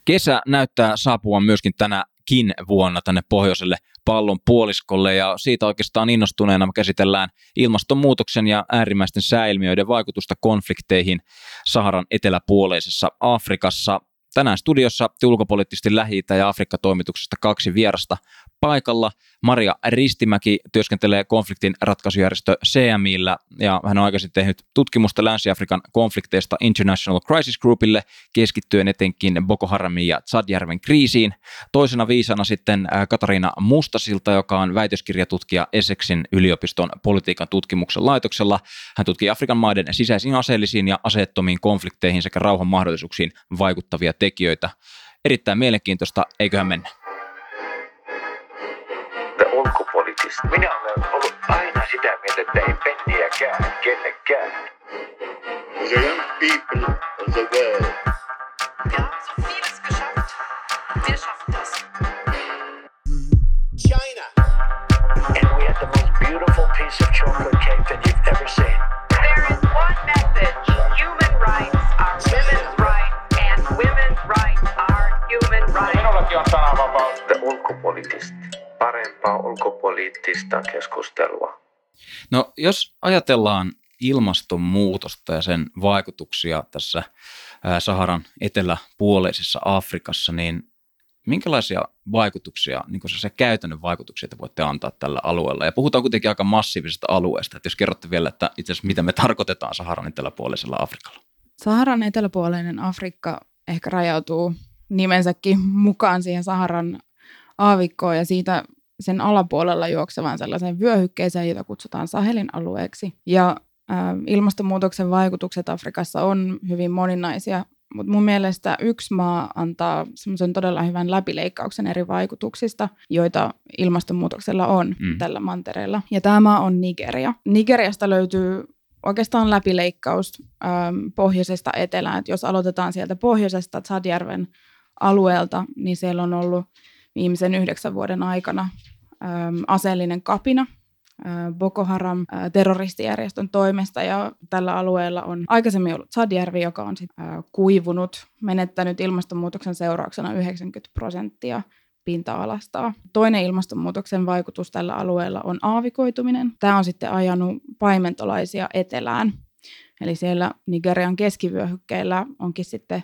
Kesä näyttää saapuvan myöskin tänäkin vuonna tänne pohjoiselle pallon puoliskolle ja siitä oikeastaan innostuneena me käsitellään ilmastonmuutoksen ja äärimmäisten sääilmiöiden vaikutusta konflikteihin Saharan eteläpuoleisessa Afrikassa. Tänään studiossa ulkopoliittisesti Lähi-itä- ja Afrikka-toimituksesta 2 vierasta paikalla. Maria Ristimäki työskentelee konfliktin ratkaisujärjestö CMI:llä ja hän on aikaisemmin tehnyt tutkimusta Länsi-Afrikan konflikteista International Crisis Groupille keskittyen etenkin Boko Haramin ja Tsadjärven kriisiin. Toisena viisana sitten Katariina Mustasilta, joka on väitöskirjatutkija Essexin yliopiston politiikan tutkimuksen laitoksella. Hän tutkii Afrikan maiden sisäisiin aseellisiin ja aseettomiin konflikteihin sekä rauhan mahdollisuuksiin vaikuttavia tekijöitä. Erittäin mielenkiintoista, eiköhän mennä. Ulkopoliittista. Minä olen ollut aina sitä mieltä, että ei penniäkään kenellekään. The young people of the world. Wir haben so vieles geschafft. Wir schaffen das. China. And we had the most beautiful piece of chocolate cake that you've ever seen. There is one message. Human rights are women's rights and women's rights are human rights. Minullakin on sananvapaus. Ulkopoliittista. Parempaa ulkopoliittista keskustelua. No, jos ajatellaan ilmastonmuutosta ja sen vaikutuksia tässä Saharan eteläpuoleisessa Afrikassa, niin minkälaisia vaikutuksia, niin kuin se käytännön vaikutuksia te voitte antaa tällä alueella? Ja puhutaan kuitenkin aika massiivisesta alueesta, että jos kerrotte vielä, että itse asiassa mitä me tarkoitetaan Saharan eteläpuoleisella Afrikalla. Saharan eteläpuoleinen Afrikka ehkä rajautuu nimensäkin mukaan siihen Saharan aavikkoon ja siitä sen alapuolella juoksevan sellaisen vyöhykkeeseen, jota kutsutaan Sahelin alueeksi. Ja ilmastonmuutoksen vaikutukset Afrikassa on hyvin moninaisia, mutta mun mielestä yksi maa antaa semmoisen todella hyvän läpileikkauksen eri vaikutuksista, joita ilmastonmuutoksella on tällä mantereella. Ja tämä maa on Nigeria. Nigeriasta löytyy oikeastaan läpileikkaus pohjoisesta etelään. Et jos aloitetaan sieltä pohjoisesta Tsadjärven alueelta, niin siellä on ollut viimeisen 9 vuoden aikana aseellinen kapina Boko Haram terroristijärjestön toimesta ja tällä alueella on aikaisemmin ollut Tsadjärvi, joka on kuivunut, menettänyt ilmastonmuutoksen seurauksena 90% pinta-alastaan. Toinen ilmastonmuutoksen vaikutus tällä alueella on aavikoituminen. Tämä on sitten ajanut paimentolaisia etelään. Eli siellä Nigerian keskivyöhykkeellä onkin sitten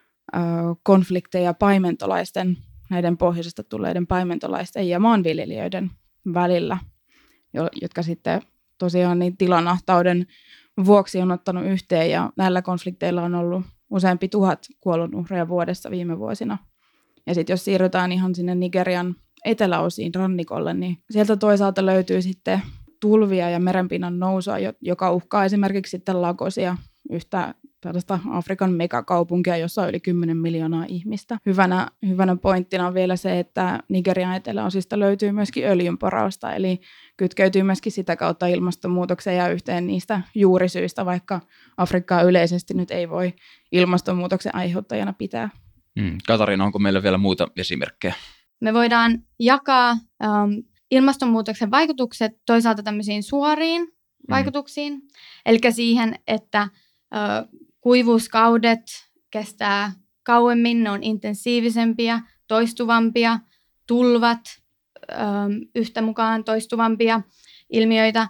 konflikteja paimentolaisten, näiden pohjoisesta tulleiden paimentolaisten ja maanviljelijöiden välillä, jotka sitten tosiaan niin tilanahtauden vuoksi on ottanut yhteen ja näillä konflikteilla on ollut useampi 1000 kuolonuhreja vuodessa viime vuosina. Ja sitten jos siirrytään ihan sinne Nigerian eteläosiin rannikolle, niin sieltä toisaalta löytyy sitten tulvia ja merenpinnan nousua, joka uhkaa esimerkiksi sitten Lagosia, yhtä tällaista Afrikan megakaupunkia, jossa on yli 10 miljoonaa ihmistä. Hyvänä pointtina on vielä se, että Nigerian eteläosista löytyy myöskin öljynporausta, eli kytkeytyy myöskin sitä kautta ilmastonmuutokseen ja yhteen niistä juurisyistä, vaikka Afrikkaa yleisesti nyt ei voi ilmastonmuutoksen aiheuttajana pitää. Katariina, onko meillä vielä muita esimerkkejä? Me voidaan jakaa ilmastonmuutoksen vaikutukset toisaalta tämmöisiin suoriin vaikutuksiin, eli siihen, että kuivuuskaudet kestää kauemmin, ne on intensiivisempiä, toistuvampia, tulvat yhtä mukaan toistuvampia ilmiöitä.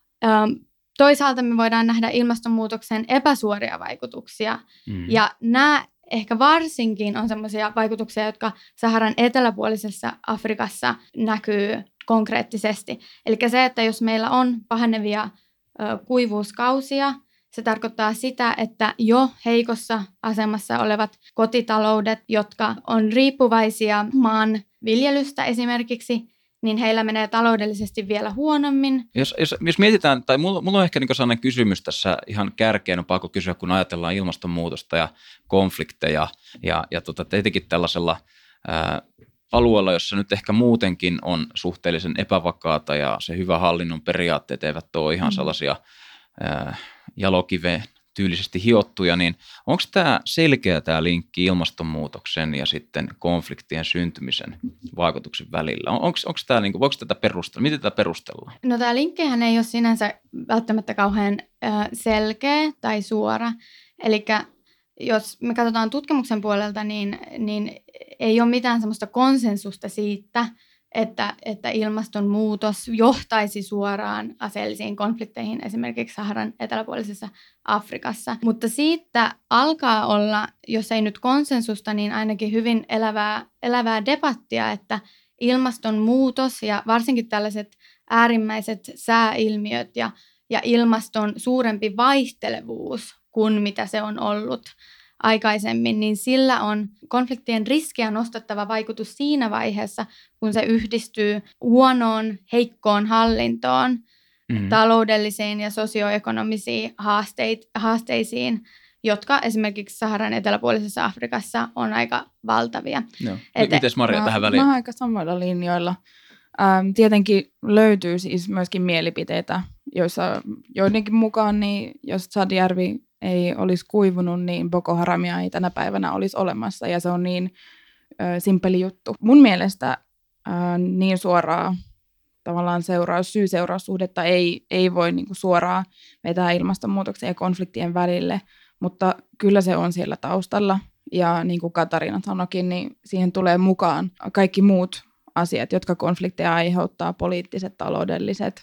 Toisaalta me voidaan nähdä ilmastonmuutoksen epäsuoria vaikutuksia, ja nämä ehkä varsinkin on sellaisia vaikutuksia, jotka Saharan eteläpuolisessa Afrikassa näkyy konkreettisesti. Eli se, että jos meillä on pahenevia kuivuuskausia, se tarkoittaa sitä, että jo heikossa asemassa olevat kotitaloudet, jotka on riippuvaisia maan viljelystä esimerkiksi, niin heillä menee taloudellisesti vielä huonommin. Jos mietitään, tai mulla on ehkä niin sellainen kysymys tässä ihan kärkeen, on pakko kysyä, kun ajatellaan ilmastonmuutosta ja konflikteja ja tietenkin tällaisella alueella, jossa nyt ehkä muutenkin on suhteellisen epävakaata ja se hyvä hallinnon periaatteet eivät ole ihan sellaisia jalokiveen tyylisesti hiottuja, niin onko tämä selkeä tämä linkki ilmastonmuutoksen ja sitten konfliktien syntymisen vaikutuksen välillä? Onko tämä, voiko tätä perustella? Miten tätä perustellaan? No tämä linkkihän ei ole sinänsä välttämättä kauhean selkeä tai suora. Eli jos me katsotaan tutkimuksen puolelta, niin ei ole mitään semmoista konsensusta siitä, että ilmastonmuutos johtaisi suoraan aseellisiin konflikteihin esimerkiksi Saharan eteläpuolisessa Afrikassa. Mutta siitä alkaa olla, jos ei nyt konsensusta, niin ainakin hyvin elävää debattia, että ilmastonmuutos ja varsinkin tällaiset äärimmäiset sääilmiöt ja ilmaston suurempi vaihtelevuus kuin mitä se on ollut aikaisemmin, niin sillä on konfliktien riskiä nostattava vaikutus siinä vaiheessa, kun se yhdistyy huonoon, heikkoon hallintoon, taloudellisiin ja sosioekonomisiin haasteisiin, jotka esimerkiksi Saharan eteläpuolisessa Afrikassa on aika valtavia. Mites Maria tähän väliin? Mä oon aika samoilla linjoilla. Tietenkin löytyy siis myöskin mielipiteitä, joissa joidenkin mukaan, niin jos Tsadjärvi ei olisi kuivunut, niin Boko Haramia ei tänä päivänä olisi olemassa, ja se on niin simppeli juttu. Mun mielestä niin suoraa tavallaan syy-seuraussuhdetta ei voi niinku suoraan vetää ilmastonmuutoksen ja konfliktien välille, mutta kyllä se on siellä taustalla, ja niin kuin Katariina sanoikin, niin siihen tulee mukaan kaikki muut asiat, jotka konflikteja aiheuttaa, poliittiset, taloudelliset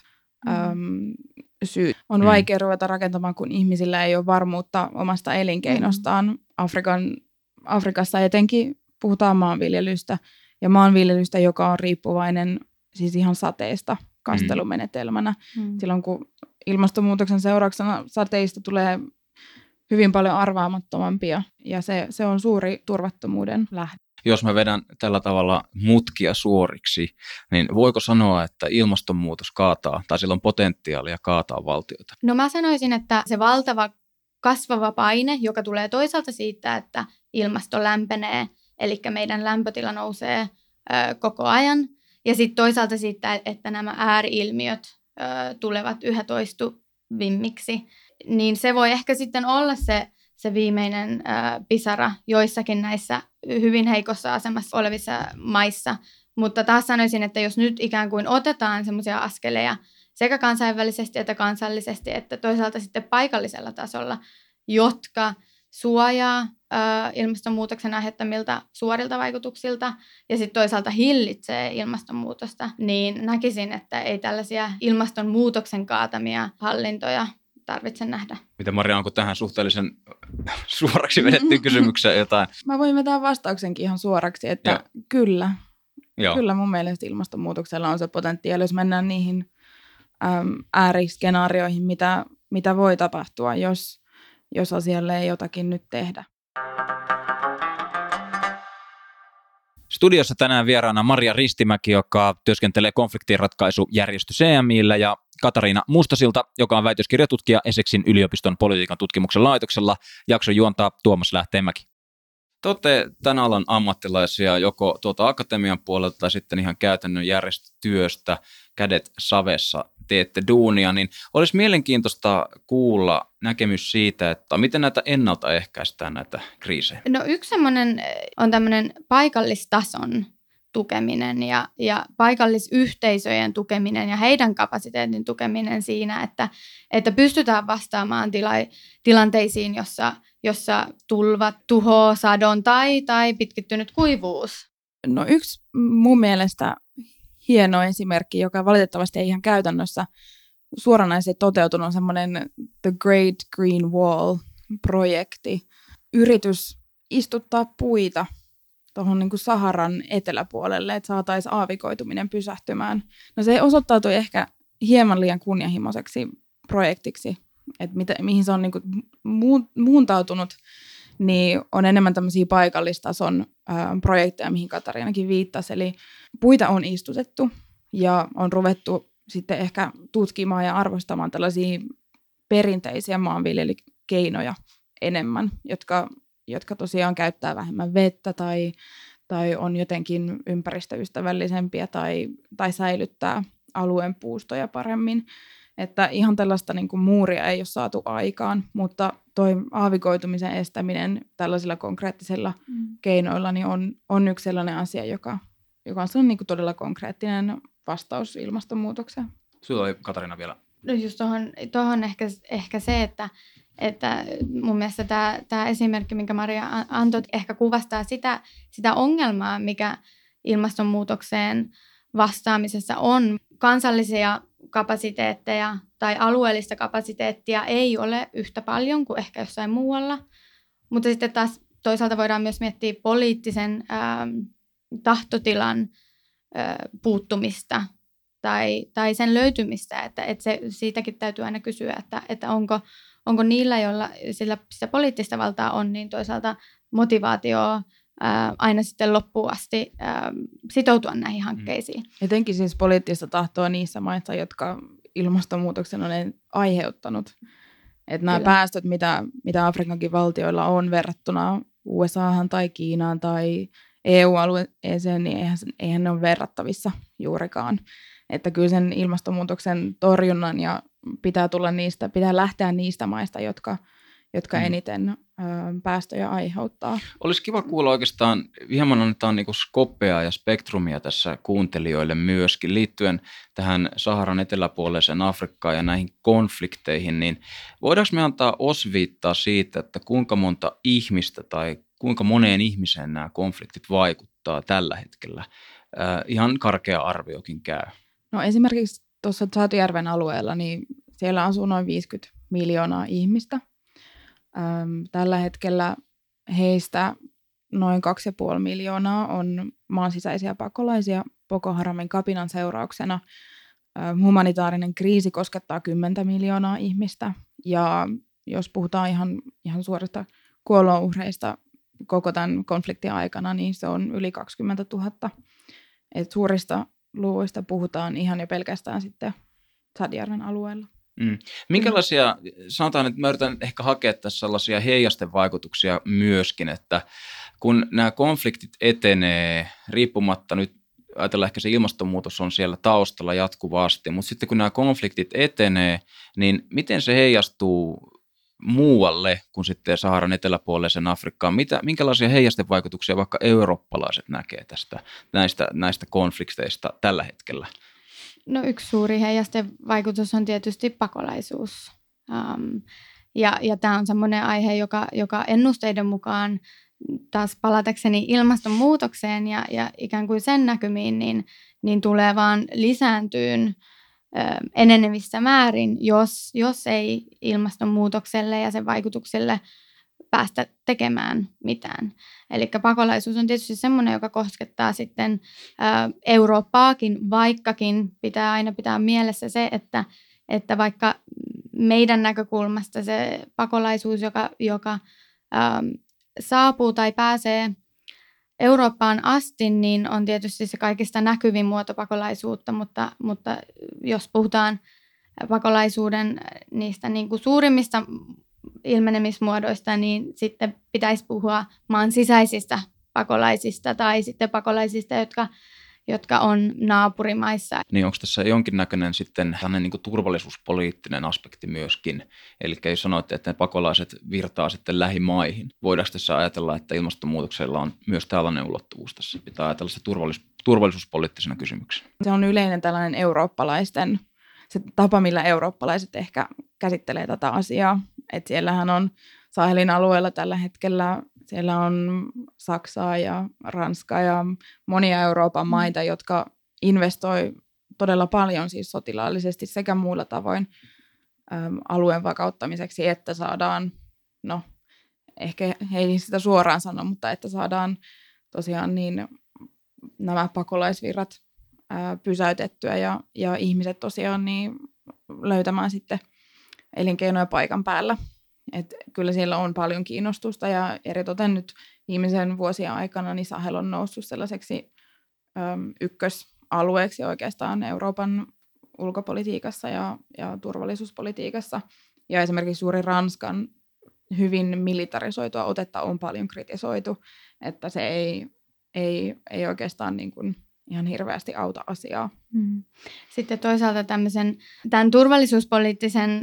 syyt. On vaikea ruveta rakentamaan, kun ihmisillä ei ole varmuutta omasta elinkeinostaan. Afrikassa etenkin puhutaan maanviljelystä, ja maanviljelystä, joka on riippuvainen siis ihan sateesta kastelumenetelmänä. Silloin kun ilmastonmuutoksen seurauksena sateista tulee hyvin paljon arvaamattomampia, ja se on suuri turvattomuuden lähde. Jos mä vedän tällä tavalla mutkia suoriksi, niin voiko sanoa, että ilmastonmuutos kaataa, tai sillä on potentiaalia kaataa valtioita? No mä sanoisin, että se valtava kasvava paine, joka tulee toisaalta siitä, että ilmasto lämpenee, eli meidän lämpötila nousee koko ajan, ja sitten toisaalta siitä, että nämä ääri-ilmiöt tulevat yhä toistuvimmiksi, niin se voi ehkä sitten olla se viimeinen pisara joissakin näissä hyvin heikossa asemassa olevissa maissa. Mutta taas sanoisin, että jos nyt ikään kuin otetaan semmoisia askeleja sekä kansainvälisesti että kansallisesti, että toisaalta sitten paikallisella tasolla, jotka suojaa ilmastonmuutoksen aiheuttamilta suorilta vaikutuksilta ja sitten toisaalta hillitsee ilmastonmuutosta, niin näkisin, että ei tällaisia ilmastonmuutoksen kaatamia hallintoja tarvitse nähdä. Miten Maria, onko tähän suhteellisen suoraksi vedettiin kysymykseen jotain? Mä voin vetää vastauksenkin ihan suoraksi, että kyllä. Kyllä mun mielestä ilmastonmuutoksella on se potentiaali, jos mennään niihin ääriskenaarioihin, mitä voi tapahtua, jos asialle ei jotakin nyt tehdä. Studiossa tänään vieraana Maria Ristimäki, joka työskentelee konfliktinratkaisujärjestö CMI:llä, ja Katariina Mustasilta, joka on väitöskirjatutkija Essexin yliopiston politiikan tutkimuksen laitoksella. Jakson juontaa Tuomas Lähteenmäki. Te olette tämän alan ammattilaisia joko tuolta akatemian puolelta tai sitten ihan käytännön järjestötyöstä, kädet savessa teette duunia, niin olisi mielenkiintoista kuulla näkemys siitä, että miten näitä ennaltaehkäistään näitä kriisejä. No yksi semmoinen on tämmöinen paikallistason tukeminen ja paikallisyhteisöjen tukeminen ja heidän kapasiteetin tukeminen siinä, että pystytään vastaamaan tilanteisiin, jossa tulvat tuhoaa sadon tai pitkittynyt kuivuus. No yksi mun mielestä hieno esimerkki, joka valitettavasti ei ihan käytännössä suoranaisesti toteutunut, on semmoinen The Great Green Wall-projekti. Yritys istuttaa puita tuohon niin kuin Saharan eteläpuolelle, että saataisiin aavikoituminen pysähtymään. No se osoittautui ehkä hieman liian kunnianhimoiseksi projektiksi, että mihin se on niin kuin muuntautunut, niin on enemmän tämmöisiä paikallistason projekteja, mihin Katariinakin viittasi. Eli puita on istutettu ja on ruvettu sitten ehkä tutkimaan ja arvostamaan tällaisia perinteisiä maanviljelykeinoja enemmän, jotka tosiaan käyttää vähemmän vettä tai on jotenkin ympäristöystävällisempiä tai säilyttää alueen puustoja paremmin. Että ihan tällaista niin kuin muuria ei ole saatu aikaan, mutta toi aavikoitumisen estäminen tällaisilla konkreettisilla keinoilla niin on yksi sellainen asia, joka on sellainen niin kuin todella konkreettinen vastaus ilmastonmuutokseen. Sulla oli, Katariina, vielä No just tuohon ehkä se, että mun mielestä tämä esimerkki, minkä Maria antoi, ehkä kuvastaa sitä ongelmaa, mikä ilmastonmuutokseen vastaamisessa on. Kansallisia kapasiteetteja tai alueellista kapasiteettia ei ole yhtä paljon kuin ehkä jossain muualla, mutta sitten taas toisaalta voidaan myös miettiä poliittisen tahtotilan puuttumista tai sen löytymistä, että siitäkin täytyy aina kysyä, että onko niillä, joilla sitä poliittista valtaa on, niin toisaalta motivaatioa aina sitten loppuun asti sitoutua näihin hankkeisiin. Etenkin siis poliittista tahtoa niissä maissa, jotka ilmastonmuutoksen on aiheuttanut. Että nämä päästöt, mitä Afrikankin valtioilla on verrattuna USAhan tai Kiinaan tai EU-alueeseen, niin eihän ne ole verrattavissa juurikaan. Että kyllä sen ilmastonmuutoksen torjunnan ja pitää lähteä niistä maista, jotka eniten päästöjä aiheuttaa. Olisi kiva kuulla oikeastaan, hieman annetaan niin kuin skoppea ja spektrumia tässä kuuntelijoille myöskin liittyen tähän Saharan eteläpuoleiseen Afrikkaan ja näihin konflikteihin, niin voidaanko me antaa osviittaa siitä, että kuinka monta ihmistä tai kuinka moneen ihmiseen nämä konfliktit vaikuttaa tällä hetkellä? Ihan karkea arviokin käy. No esimerkiksi tuossa Tsadjärven alueella, niin siellä asuu noin 50 miljoonaa ihmistä. Tällä hetkellä heistä noin 2,5 miljoonaa on maan sisäisiä pakolaisia Boko Haramin kapinan seurauksena. Humanitaarinen kriisi koskettaa 10 miljoonaa ihmistä. Ja jos puhutaan ihan suorista kuolonuhreista koko tämän konfliktin aikana, niin se on yli 20 000. Et suurista luvuista puhutaan ihan jo pelkästään sitten Tsadjärven alueella. Minkälaisia, sanotaan, että mä yritän ehkä hakea tässä sellaisia heijastevaikutuksia myöskin, että kun nämä konfliktit etenee, riippumatta nyt, ajatellaan ehkä se ilmastonmuutos on siellä taustalla jatkuvasti, mutta sitten kun nämä konfliktit etenee, niin miten se heijastuu muualle kuin sitten Saharan eteläpuoleisen Afrikkaan? Minkälaisia heijastevaikutuksia vaikka eurooppalaiset näkee näistä konflikteista tällä hetkellä? No yksi suuri heijastevaikutus on tietysti pakolaisuus. Ja tämä on semmoinen aihe, joka ennusteiden mukaan taas palatakseni ilmastonmuutokseen ja ikään kuin sen näkymiin, niin tulee vaan lisääntyyn enenevissä määrin, jos ei ilmastonmuutokselle ja sen vaikutukselle päästä tekemään mitään. Eli pakolaisuus on tietysti semmoinen, joka koskettaa sitten Eurooppaakin, vaikkakin pitää aina pitää mielessä se, että vaikka meidän näkökulmasta se pakolaisuus, joka saapuu tai pääsee Eurooppaan asti, niin on tietysti se kaikista näkyvin muoto pakolaisuutta, mutta jos puhutaan pakolaisuuden niistä niin kuin suurimmista ilmenemismuodoista, niin sitten pitäisi puhua maan sisäisistä pakolaisista tai sitten pakolaisista, jotka on naapurimaissa. Niin onko tässä jonkinnäköinen sitten tällainen niin kuin turvallisuuspoliittinen aspekti myöskin? Eli jos sanoitte, että ne pakolaiset virtaa sitten lähimaihin, voidaanko tässä ajatella, että ilmastonmuutoksella on myös tällainen ulottuvuus tässä? Pitää ajatella sitä turvallisuuspoliittisena kysymyksenä. Se on yleinen tällainen eurooppalaisten, se tapa, millä eurooppalaiset ehkä käsittelee tätä asiaa. Että siellähän on Sahelin alueella tällä hetkellä, siellä on Saksaa ja Ranskaa ja monia Euroopan maita, jotka investoi todella paljon siis sotilaallisesti sekä muilla tavoin alueen vakauttamiseksi, että saadaan, no ehkä he ei sitä suoraan sano, mutta että saadaan tosiaan niin nämä pakolaisvirrat pysäytettyä ja ihmiset tosiaan niin löytämään sitten elinkeinoja paikan päällä. Et kyllä siellä on paljon kiinnostusta ja eritoten nyt viimeisen vuosien aikana niin Sahel on noussut sellaiseksi ykkösalueeksi oikeastaan Euroopan ulkopolitiikassa ja turvallisuuspolitiikassa. Ja esimerkiksi juuri Ranskan hyvin militarisoitua otetta on paljon kritisoitu, että se ei oikeastaan niin kuin ihan hirveästi auta asiaa. Sitten toisaalta tämän turvallisuuspoliittisen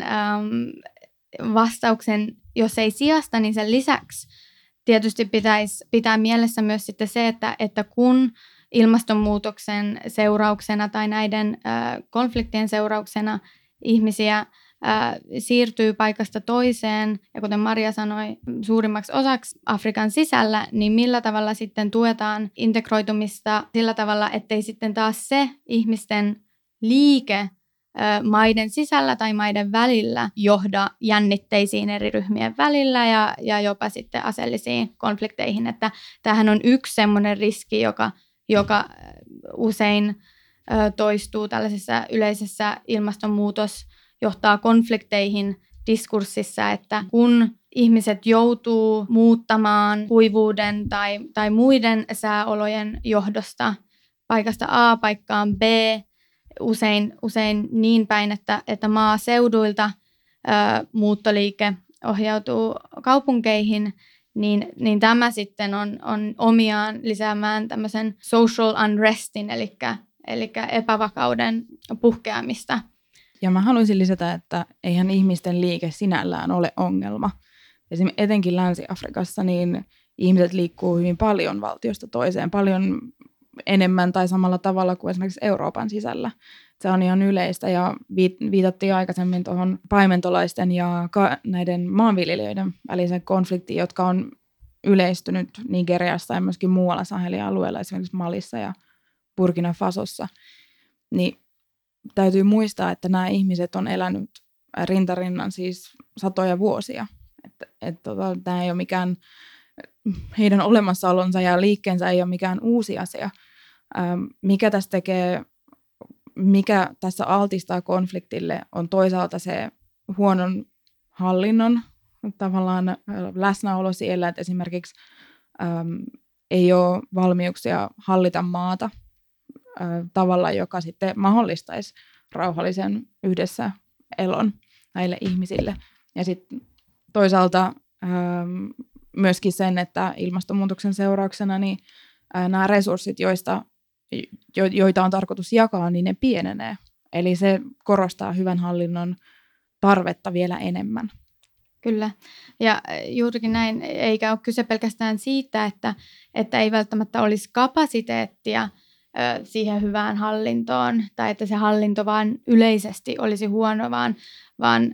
vastauksen, jos ei sijasta, niin sen lisäksi tietysti pitäisi pitää mielessä myös sitten se, että kun ilmastonmuutoksen seurauksena tai näiden konfliktien seurauksena ihmisiä siirtyy paikasta toiseen, ja kuten Maria sanoi, suurimmaksi osaksi Afrikan sisällä, niin millä tavalla sitten tuetaan integroitumista sillä tavalla, ettei sitten taas se ihmisten liike maiden sisällä tai maiden välillä johda jännitteisiin eri ryhmien välillä ja jopa sitten aseellisiin konflikteihin. Että tämähän on yksi semmoinen riski, joka usein toistuu tällaisessa yleisessä ilmastonmuutos johtaa konflikteihin diskurssissa, että kun ihmiset joutuu muuttamaan kuivuuden tai muiden sääolojen johdosta paikasta A paikkaan B, usein niin päin, että maaseuduilta muuttoliike ohjautuu kaupunkeihin, niin tämä sitten on omiaan lisäämään tämmöisen social unrestin, eli epävakauden puhkeamista. Ja mä haluaisin lisätä, että eihän ihmisten liike sinällään ole ongelma. Esimerkiksi etenkin Länsi-Afrikassa niin ihmiset liikkuu hyvin paljon valtiosta toiseen, paljon enemmän tai samalla tavalla kuin esimerkiksi Euroopan sisällä. Se on ihan yleistä ja viitattiin aikaisemmin tuohon paimentolaisten ja näiden maanviljelijöiden väliseen konfliktiin, jotka on yleistynyt Nigeriassa ja myöskin muualla Sahelin alueella, esimerkiksi Malissa ja Burkina Fasossa. Niin täytyy muistaa, että nämä ihmiset on elänyt rintarinnan siis satoja vuosia. Tämä ei ole mikään, heidän olemassaolonsa ja liikkeensä ei ole mikään uusi asia. Mikä tässä altistaa konfliktille on toisaalta se huonon hallinnon tavallaan läsnäolo siellä, että esimerkiksi ei ole valmiuksia hallita maata tavalla, joka sitten mahdollistaisi rauhallisen yhdessä elon näille ihmisille. Ja sitten toisaalta myöskin sen, että ilmastonmuutoksen seurauksena niin nämä resurssit, joita on tarkoitus jakaa, niin ne pienenee. Eli se korostaa hyvän hallinnon tarvetta vielä enemmän. Kyllä. Ja juurikin näin, eikä ole kyse pelkästään siitä, että ei välttämättä olisi kapasiteettia siihen hyvään hallintoon, tai että se hallinto vaan yleisesti olisi huono, vaan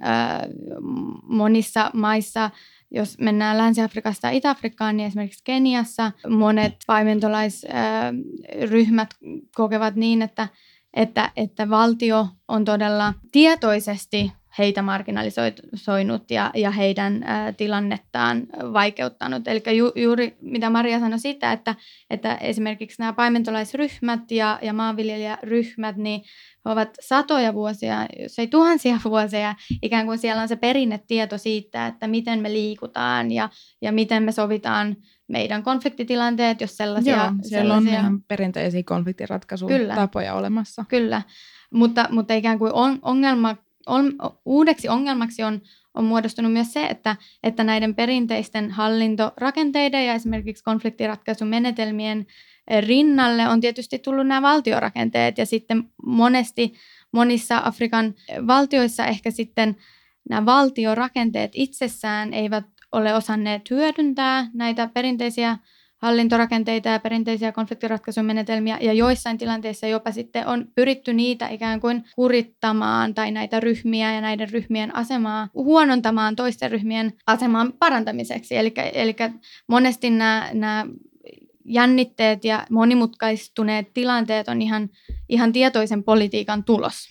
monissa maissa, jos mennään Länsi-Afrikasta ja Itä-Afrikkaan, niin esimerkiksi Keniassa monet paimentolaisryhmät kokevat niin, että valtio on todella tietoisesti heitä marginalisoinut ja heidän tilannettaan vaikeuttanut. Eli juuri mitä Maria sanoi sitä, että esimerkiksi nämä paimentolaisryhmät ja maanviljelijäryhmät, niin he ovat satoja vuosia, jos ei tuhansia vuosia, ikään kuin siellä on se perinnetieto siitä, että miten me liikutaan ja miten me sovitaan meidän konfliktitilanteet, jos sellaisia... Siellä on ihan perinteisiä konfliktinratkaisutapoja olemassa. Kyllä, mutta ikään kuin uudeksi ongelmaksi on muodostunut myös se, että näiden perinteisten hallintorakenteiden ja esimerkiksi konfliktiratkaisumenetelmien rinnalle on tietysti tullut nämä valtiorakenteet, ja sitten monissa Afrikan valtioissa ehkä sitten nämä valtiorakenteet itsessään eivät ole osanneet hyödyntää näitä perinteisiä hallintorakenteita ja perinteisiä konfliktiratkaisumenetelmiä, ja joissain tilanteissa jopa sitten on pyritty niitä ikään kuin kurittamaan tai näitä ryhmiä ja näiden ryhmien asemaa huonontamaan toisten ryhmien aseman parantamiseksi. Eli monesti nämä jännitteet ja monimutkaistuneet tilanteet on ihan tietoisen politiikan tulos.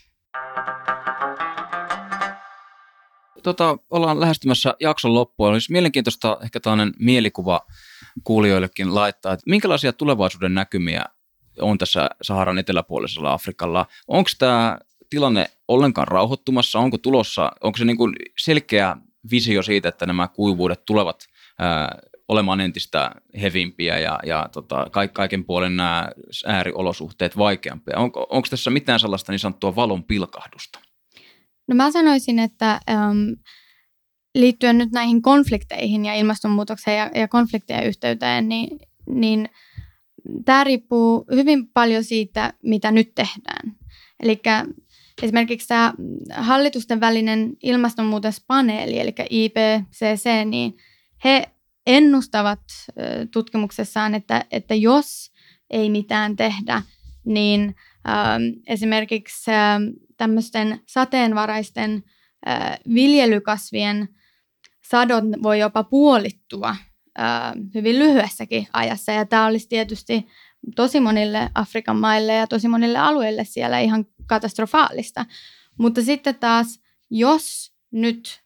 Ollaan lähestymässä jakson loppua. Olisi mielenkiintoista ehkä tällainen mielikuva kuulijoillekin laittaa, että minkälaisia tulevaisuuden näkymiä on tässä Saharan eteläpuolisella Afrikalla? Onko tämä tilanne ollenkaan rauhoittumassa? Onko se niin kuin selkeä visio siitä, että nämä kuivuudet tulevat olemaan entistä hevimpiä ja kaiken puolen nämä ääriolosuhteet vaikeampia? Onko tässä mitään sellaista niin sanottua valon pilkahdusta? No mä sanoisin, että liittyen nyt näihin konflikteihin ja ilmastonmuutokseen ja konfliktien yhteyteen, niin tämä riippuu hyvin paljon siitä, mitä nyt tehdään. Eli esimerkiksi tämä hallitusten välinen ilmastonmuutospaneeli, eli IPCC, niin he ennustavat tutkimuksessaan, että jos ei mitään tehdä, niin Esimerkiksi tämmöisten sateenvaraisten viljelykasvien sadot voi jopa puolittua hyvin lyhyessäkin ajassa. Ja tämä olisi tietysti tosi monille Afrikan maille ja tosi monille alueille siellä ihan katastrofaalista. Mutta sitten taas, jos nyt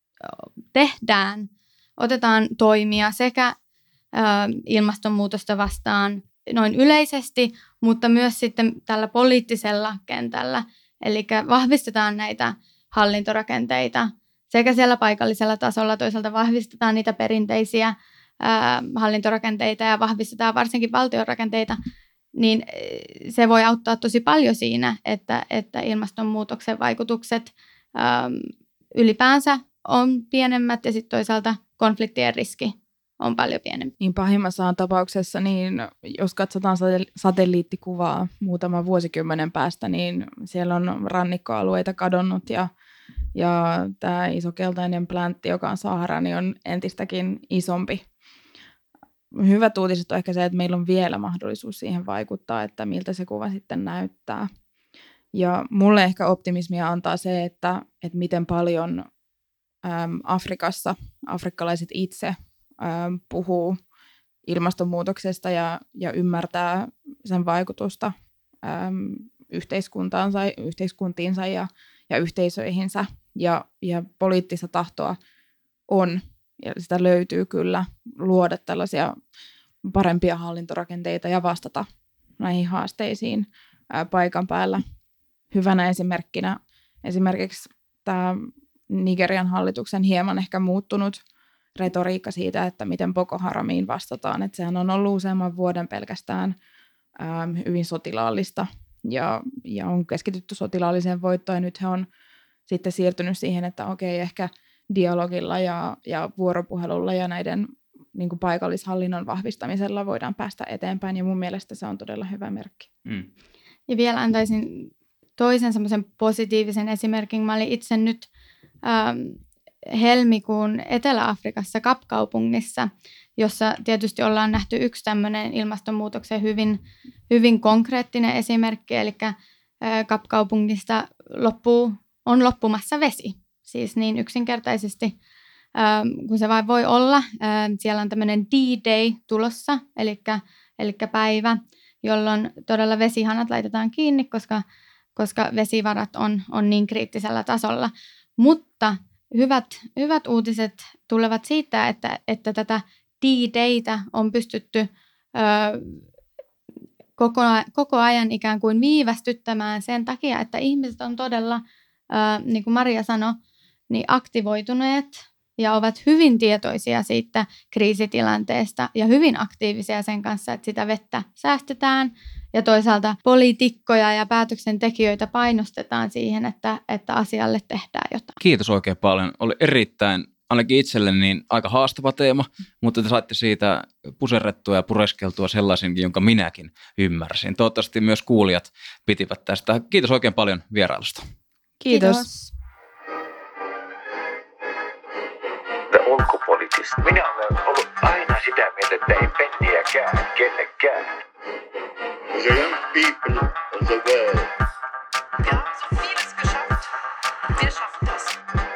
otetaan toimia sekä ilmastonmuutosta vastaan noin yleisesti, mutta myös sitten tällä poliittisella kentällä, eli vahvistetaan näitä hallintorakenteita sekä siellä paikallisella tasolla, toisaalta vahvistetaan niitä perinteisiä hallintorakenteita ja vahvistetaan varsinkin valtionrakenteita, niin se voi auttaa tosi paljon siinä, että ilmastonmuutoksen vaikutukset ylipäänsä on pienemmät ja sitten toisaalta konfliktien riski on paljon pienempi. Niin pahimmassa tapauksessa, niin jos katsotaan satelliittikuvaa muutaman vuosikymmenen päästä, niin siellä on rannikkoalueita kadonnut ja tämä iso keltainen pläntti, joka on Sahara, niin on entistäkin isompi. Hyvät uutiset on ehkä se, että meillä on vielä mahdollisuus siihen vaikuttaa, että miltä se kuva sitten näyttää. Ja mulle ehkä optimismia antaa se, että miten paljon Afrikassa afrikkalaiset itse puhuu ilmastonmuutoksesta ja ymmärtää sen vaikutusta yhteiskuntiinsa ja yhteisöihinsä. Ja poliittista tahtoa on, ja sitä löytyy kyllä, luoda tällaisia parempia hallintorakenteita ja vastata näihin haasteisiin paikan päällä. Hyvänä esimerkkinä esimerkiksi tämä Nigerian hallituksen hieman ehkä muuttunut retoriikka siitä, että miten Boko Haramiin vastataan. Että sehän on ollut useamman vuoden pelkästään hyvin sotilaallista ja on keskitytty sotilaalliseen voittoon. Ja nyt he on sitten siirtynyt siihen, että okei, ehkä dialogilla ja vuoropuhelulla ja näiden niin kuin paikallishallinnon vahvistamisella voidaan päästä eteenpäin. Ja mun mielestä se on todella hyvä merkki. Ja vielä antaisin toisen semmoisen positiivisen esimerkin. Mä olin itse nyt helmikuun Etelä-Afrikassa Kapkaupungissa, jossa tietysti ollaan nähty yksi tämmöinen ilmastonmuutoksen hyvin konkreettinen esimerkki, eli Kapkaupungista on loppumassa vesi. Siis niin yksinkertaisesti, kun se vain voi olla. Siellä on tämmöinen D-Day tulossa, eli päivä, jolloin todella vesihanat laitetaan kiinni, koska vesivarat on niin kriittisellä tasolla. Mutta hyvät uutiset tulevat siitä, että tätä D-Daytä on pystytty koko ajan ikään kuin viivästyttämään sen takia, että ihmiset on todella, niin kuin Maria sanoi, niin aktivoituneet ja ovat hyvin tietoisia siitä kriisitilanteesta ja hyvin aktiivisia sen kanssa, että sitä vettä säästetään. Ja toisaalta poliitikkoja ja päätöksentekijöitä painostetaan siihen, että asialle tehdään jotain. Kiitos oikein paljon. Oli erittäin, ainakin itselleni, niin aika haastava teema, mutta te saitte siitä puserrettua ja pureskeltua sellaisenkin, jonka minäkin ymmärsin. Toivottavasti myös kuulijat pitivät tästä. Kiitos oikein paljon vierailusta. Kiitos. Ulkopoliittista. Minä olen ollut aina sitä mieltä, että ei penniäkään kellekään. The young people of the world. Wir haben so vieles geschafft. Wir schaffen das.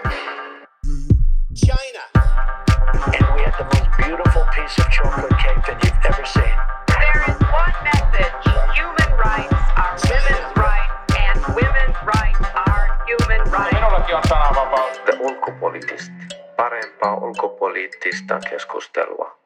China. And we had the most beautiful piece of chocolate cake that you've ever seen. There is one message. Human rights are women's rights, and women's rights are human rights. Minullakin on sananvapaus. The ulkopoliittista. Parempaa ulkopoliittista keskustelua.